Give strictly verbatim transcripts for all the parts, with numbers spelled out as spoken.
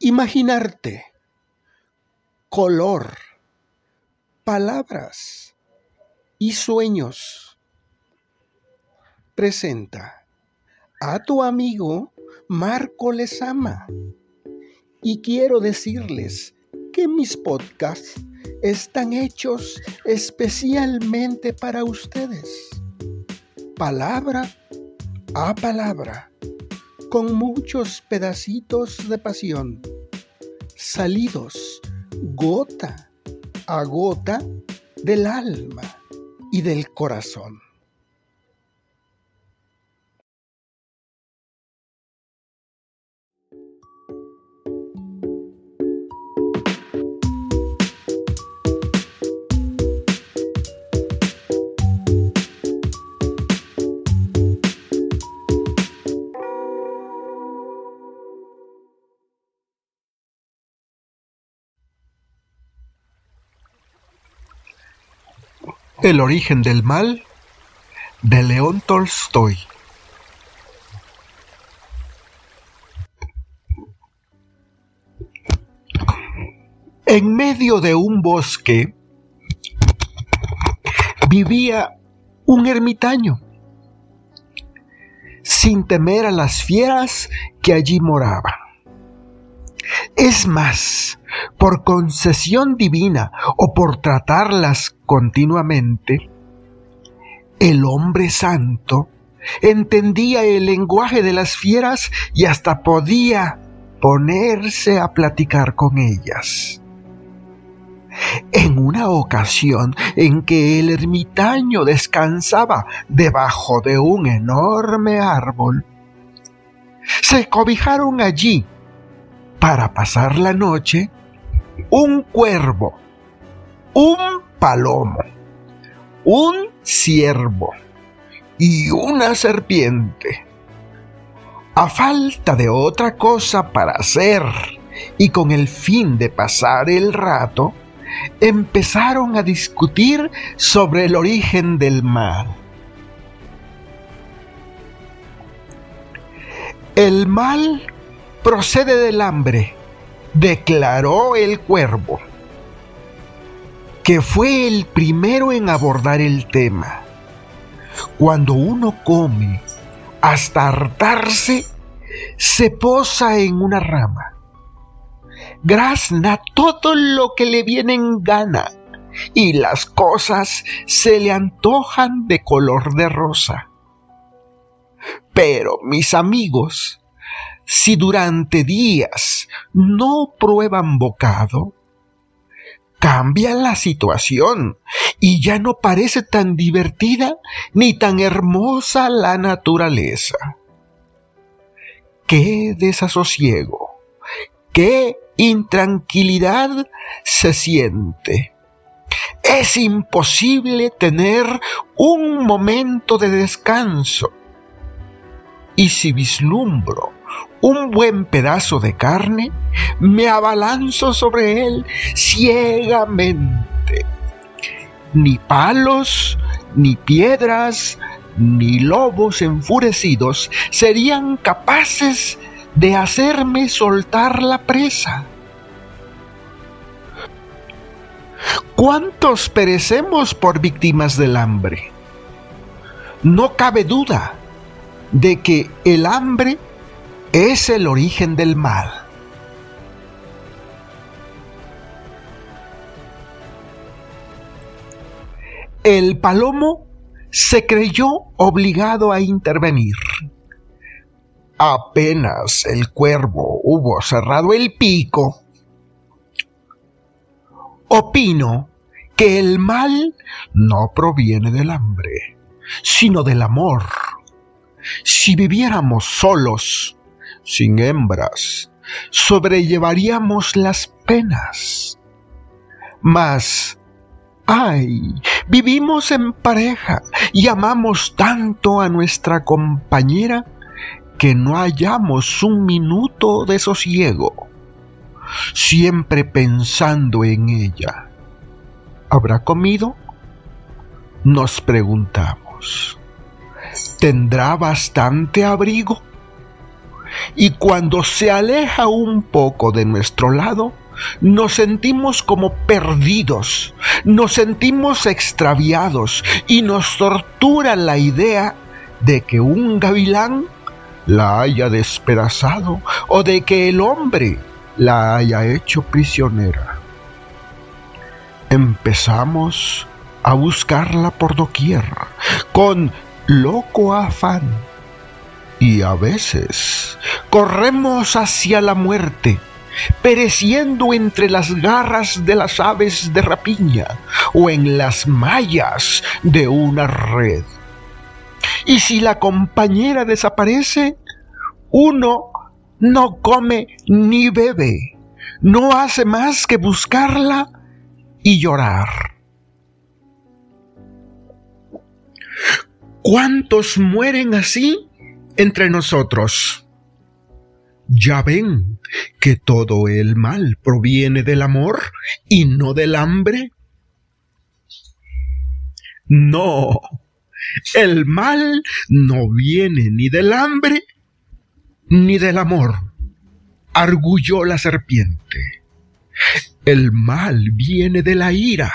Imaginarte, color, palabras y sueños. Presenta a tu amigo Marco Lezama. Y quiero decirles que mis podcasts están hechos especialmente para ustedes. Palabra a palabra, con muchos pedacitos de pasión, salidos gota a gota del alma y del corazón. El origen del mal, de León Tolstoy. En medio de un bosque vivía un ermitaño, sin temer a las fieras que allí moraban. Es más, por concesión divina o por tratarlas continuamente, el hombre santo entendía el lenguaje de las fieras y hasta podía ponerse a platicar con ellas. En una ocasión en que el ermitaño descansaba debajo de un enorme árbol, se cobijaron allí para pasar la noche un cuervo, un palomo, un ciervo y una serpiente. A falta de otra cosa para hacer y con el fin de pasar el rato, empezaron a discutir sobre el origen del mal. El mal procede del hambre, declaró el cuervo, que fue el primero en abordar el tema. Cuando uno come hasta hartarse, se posa en una rama, grazna todo lo que le viene en gana y las cosas se le antojan de color de rosa. Pero, mis amigos, si durante días no prueban bocado, cambia la situación y ya no parece tan divertida ni tan hermosa la naturaleza. ¡Qué desasosiego! ¡Qué intranquilidad se siente! Es imposible tener un momento de descanso. Y si vislumbro un buen pedazo de carne, me abalanzo sobre él ciegamente. Ni palos, ni piedras, ni lobos enfurecidos serían capaces de hacerme soltar la presa. ¿Cuántos perecemos por víctimas del hambre? No cabe duda de que el hambre es el origen del mal. El palomo se creyó obligado a intervenir. Apenas el cuervo hubo cerrado el pico, opino que el mal no proviene del hambre, sino del amor. Si viviéramos solos, sin hembras, sobrellevaríamos las penas. Mas, ay, vivimos en pareja y amamos tanto a nuestra compañera que no hallamos un minuto de sosiego, siempre pensando en ella. ¿Habrá comido? Nos preguntamos. ¿Tendrá bastante abrigo? y cuando se aleja un poco de nuestro lado, nos sentimos como perdidos, nos sentimos extraviados y nos tortura la idea de que un gavilán la haya despedazado o de que el hombre la haya hecho prisionera. Empezamos a buscarla por doquier, con loco afán, y a veces corremos hacia la muerte, pereciendo entre las garras de las aves de rapiña o en las mallas de una red. Y si la compañera desaparece, uno no come ni bebe, no hace más que buscarla y llorar. ¿Cuántos mueren así entre nosotros? Ya ven que todo el mal proviene del amor y no del hambre. No, el mal no viene ni del hambre ni del amor, arguyó la serpiente. El mal viene de la ira.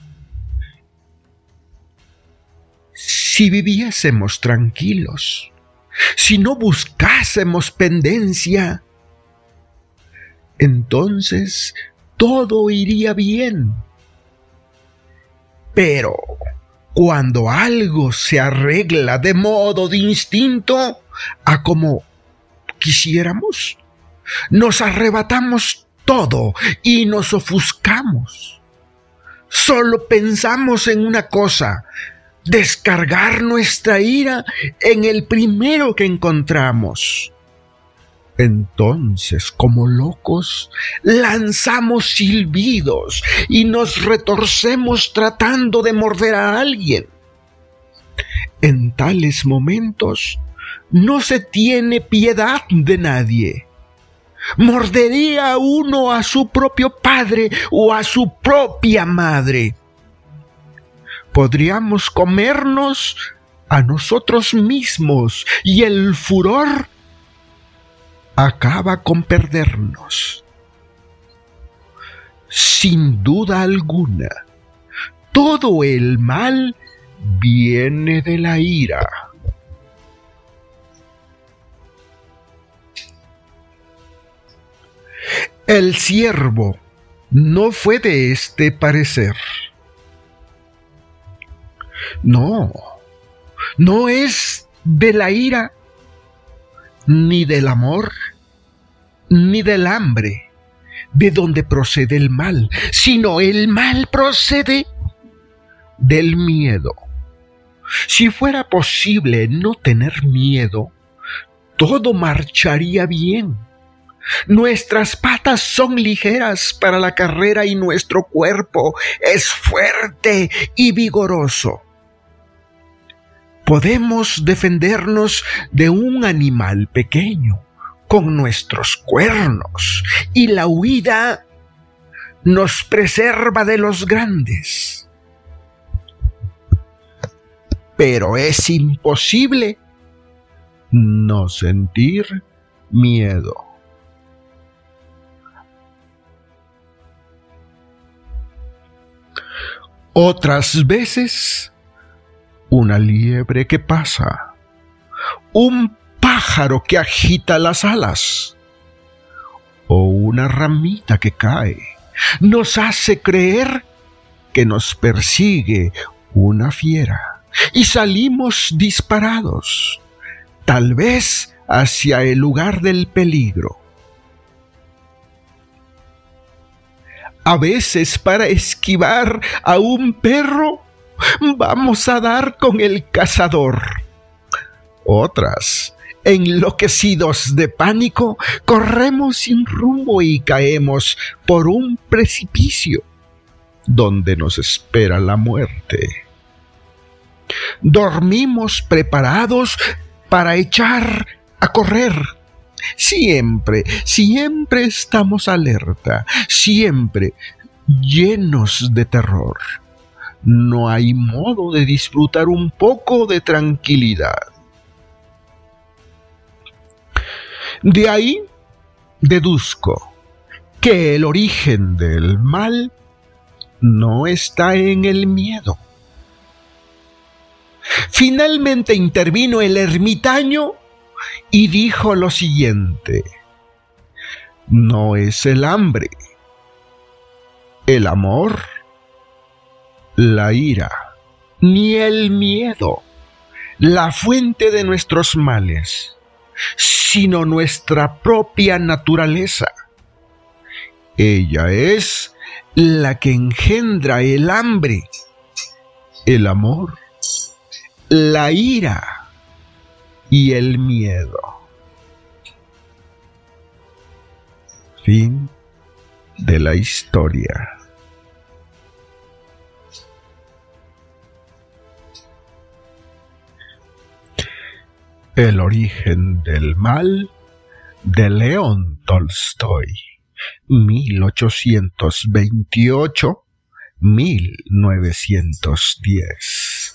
Si viviésemos tranquilos, si no buscásemos pendencia, entonces todo iría bien. Pero cuando algo se arregla de modo de instinto, a como quisiéramos, nos arrebatamos todo y nos ofuscamos. Solo pensamos en una cosa: descargar nuestra ira en el primero que encontramos. Entonces, como locos, lanzamos silbidos y nos retorcemos tratando de morder a alguien. En tales momentos, no se tiene piedad de nadie. Mordería uno a su propio padre o a su propia madre. Podríamos comernos a nosotros mismos y el furor acaba con perdernos. Sin duda alguna, todo el mal viene de la ira. El siervo no fue de este parecer. No, no es de la ira, ni del amor, ni del hambre, de donde procede el mal, sino el mal procede del miedo. Si fuera posible no tener miedo, todo marcharía bien. Nuestras patas son ligeras para la carrera y nuestro cuerpo es fuerte y vigoroso. Podemos defendernos de un animal pequeño con nuestros cuernos y la huida nos preserva de los grandes. Pero es imposible no sentir miedo. Otras veces, una liebre que pasa, un pájaro que agita las alas o una ramita que cae nos hace creer que nos persigue una fiera y salimos disparados, tal vez hacia el lugar del peligro. A veces, para esquivar a un perro, vamos a dar con el cazador. Otras, enloquecidos de pánico, corremos sin rumbo y caemos por un precipicio donde nos espera la muerte. Dormimos preparados para echar a correr. Siempre, siempre estamos alerta, siempre llenos de terror. No hay modo de disfrutar un poco de tranquilidad. De ahí deduzco que el origen del mal no está en el miedo. Finalmente intervino el ermitaño y dijo lo siguiente: no es el hambre, el amor, la ira, ni el miedo la fuente de nuestros males, sino nuestra propia naturaleza. Ella es la que engendra el hambre, el amor, la ira y el miedo. Fin de la historia. El origen del mal, de León Tolstoy, mil ochocientos veintiocho a mil novecientos diez.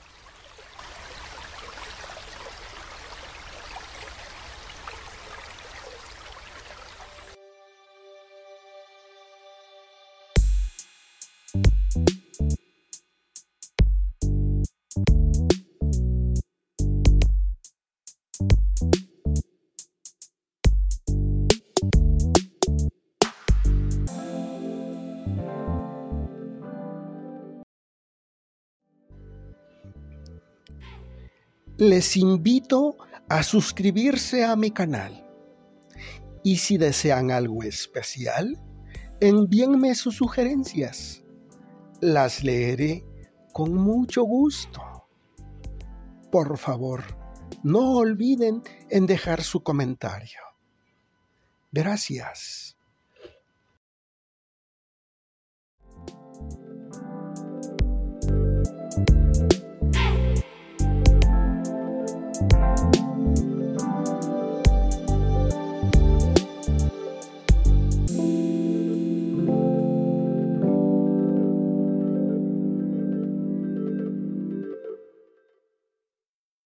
Les invito a suscribirse a mi canal. Y si desean algo especial, envíenme sus sugerencias. Las leeré con mucho gusto. Por favor, no olviden en dejar su comentario. Gracias.